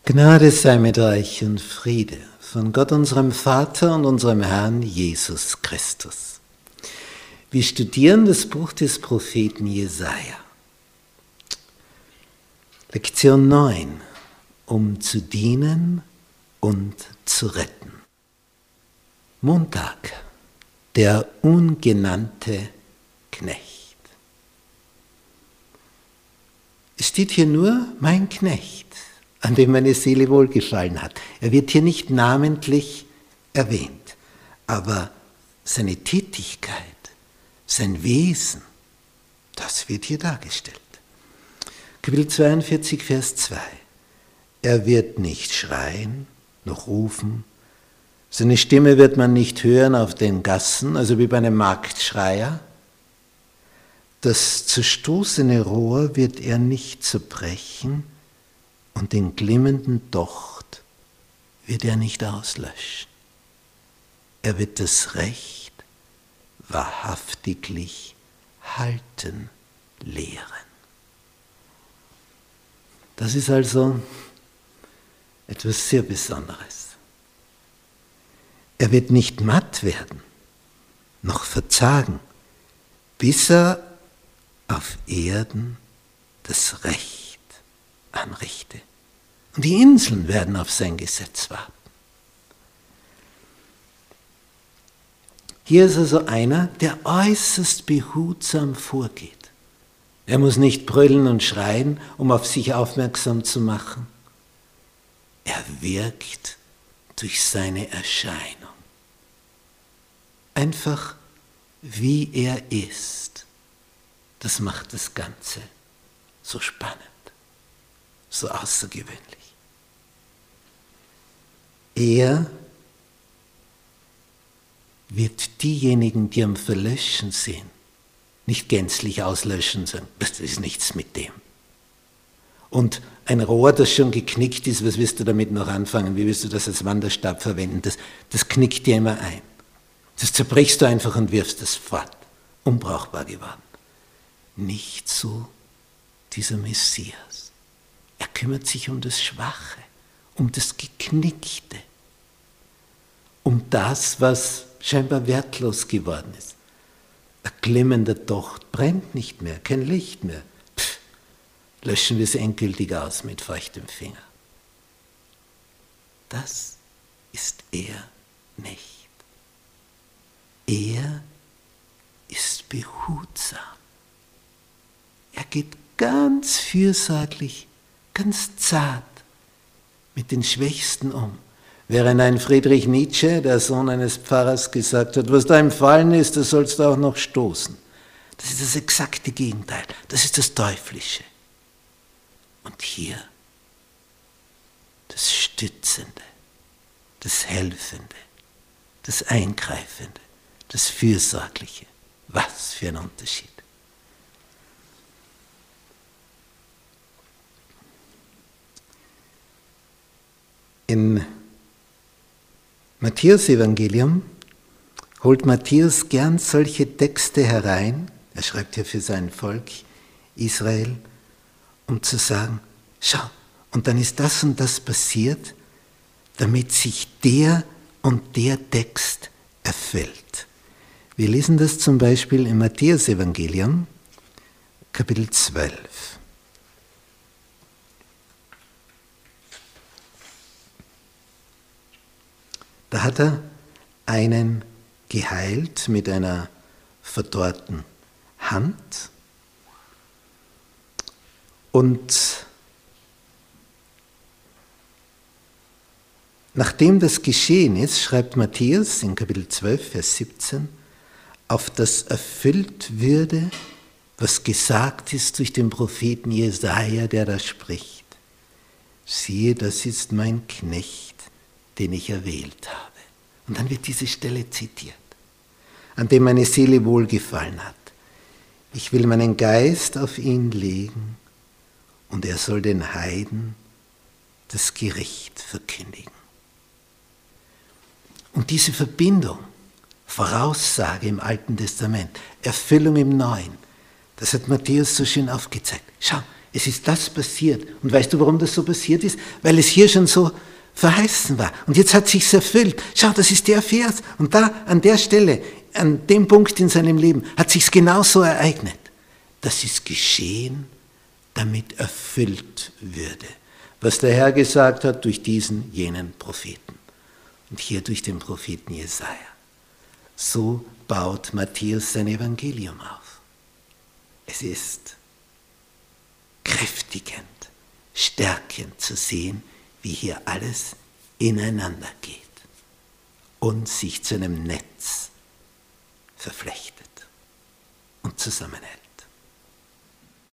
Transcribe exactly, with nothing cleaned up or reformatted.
Gnade sei mit euch und Friede von Gott unserem Vater und unserem Herrn Jesus Christus. Wir studieren das Buch des Propheten Jesaja. Lektion neun, um zu dienen und zu retten. Montag, der ungenannte Knecht. Es steht hier nur mein Knecht, an dem meine Seele wohlgefallen hat. Er wird hier nicht namentlich erwähnt, aber seine Tätigkeit, sein Wesen, das wird hier dargestellt. Kapitel zweiundvierzig, Vers zwei. Er wird nicht schreien, noch rufen, seine Stimme wird man nicht hören auf den Gassen, also wie bei einem Marktschreier. Das zerstoßene Rohr wird er nicht zerbrechen und den glimmenden Docht wird er nicht auslöschen. Er wird das Recht wahrhaftiglich halten lehren. Das ist also etwas sehr Besonderes. Er wird nicht matt werden, noch verzagen, bis er auf Erden das Recht anrichte. Und die Inseln werden auf sein Gesetz warten. Hier ist also einer, der äußerst behutsam vorgeht. Er muss nicht brüllen und schreien, um auf sich aufmerksam zu machen. Er wirkt durch seine Erscheinung. Einfach wie er ist. Das macht das Ganze so spannend, so außergewöhnlich. Er wird diejenigen, die am Verlöschen sind, nicht gänzlich auslöschen, sagen, das ist nichts mit dem. Und ein Rohr, das schon geknickt ist, was wirst du damit noch anfangen? Wie wirst du das als Wanderstab verwenden? Das, das knickt dir immer ein. Das zerbrichst du einfach und wirfst es fort. Unbrauchbar geworden. Nicht so dieser Messias. Er kümmert sich um das Schwache, um das Geknickte, um das, was scheinbar wertlos geworden ist. Ein glimmender Docht brennt nicht mehr, kein Licht mehr. Pff, löschen wir es endgültig aus mit feuchtem Finger. Das ist er nicht. Er ist behutsam. Er geht ganz fürsorglich, ganz zart mit den Schwächsten um. Während ein Friedrich Nietzsche, der Sohn eines Pfarrers, gesagt hat, was da im Fallen ist, das sollst du auch noch stoßen. Das ist das exakte Gegenteil. Das ist das Teuflische. Und hier das Stützende, das Helfende, das Eingreifende, das Fürsorgliche. Was für ein Unterschied. Im Matthäus-Evangelium holt Matthäus gern solche Texte herein, er schreibt ja für sein Volk Israel, um zu sagen, schau, und dann ist das und das passiert, damit sich der und der Text erfüllt. Wir lesen das zum Beispiel im Matthäus-Evangelium, Kapitel zwölf. Da hat er einen geheilt mit einer verdorrten Hand. Und nachdem das geschehen ist, schreibt Matthäus in Kapitel zwölf, Vers siebzehn, auf das erfüllt würde, was gesagt ist durch den Propheten Jesaja, der da spricht. Siehe, das ist mein Knecht, den ich erwählt habe. Und dann wird diese Stelle zitiert, an dem meine Seele wohlgefallen hat. Ich will meinen Geist auf ihn legen und er soll den Heiden das Gericht verkündigen. Und diese Verbindung, Voraussage im Alten Testament, Erfüllung im Neuen, das hat Matthäus so schön aufgezeigt. Schau, Es ist das passiert. Und weißt du, warum das so passiert ist? Weil es hier schon so verheißen war. Und jetzt hat sich's erfüllt. Schau, das ist der Vers. Und da, an der Stelle, an dem Punkt in seinem Leben, hat sich's genauso ereignet. Das ist geschehen, damit erfüllt würde, was der Herr gesagt hat durch diesen, jenen Propheten. Und hier durch den Propheten Jesaja. So baut Matthäus sein Evangelium auf. Es ist kräftigend, stärkend zu sehen, wie hier alles ineinander geht und sich zu einem Netz verflechtet und zusammenhält.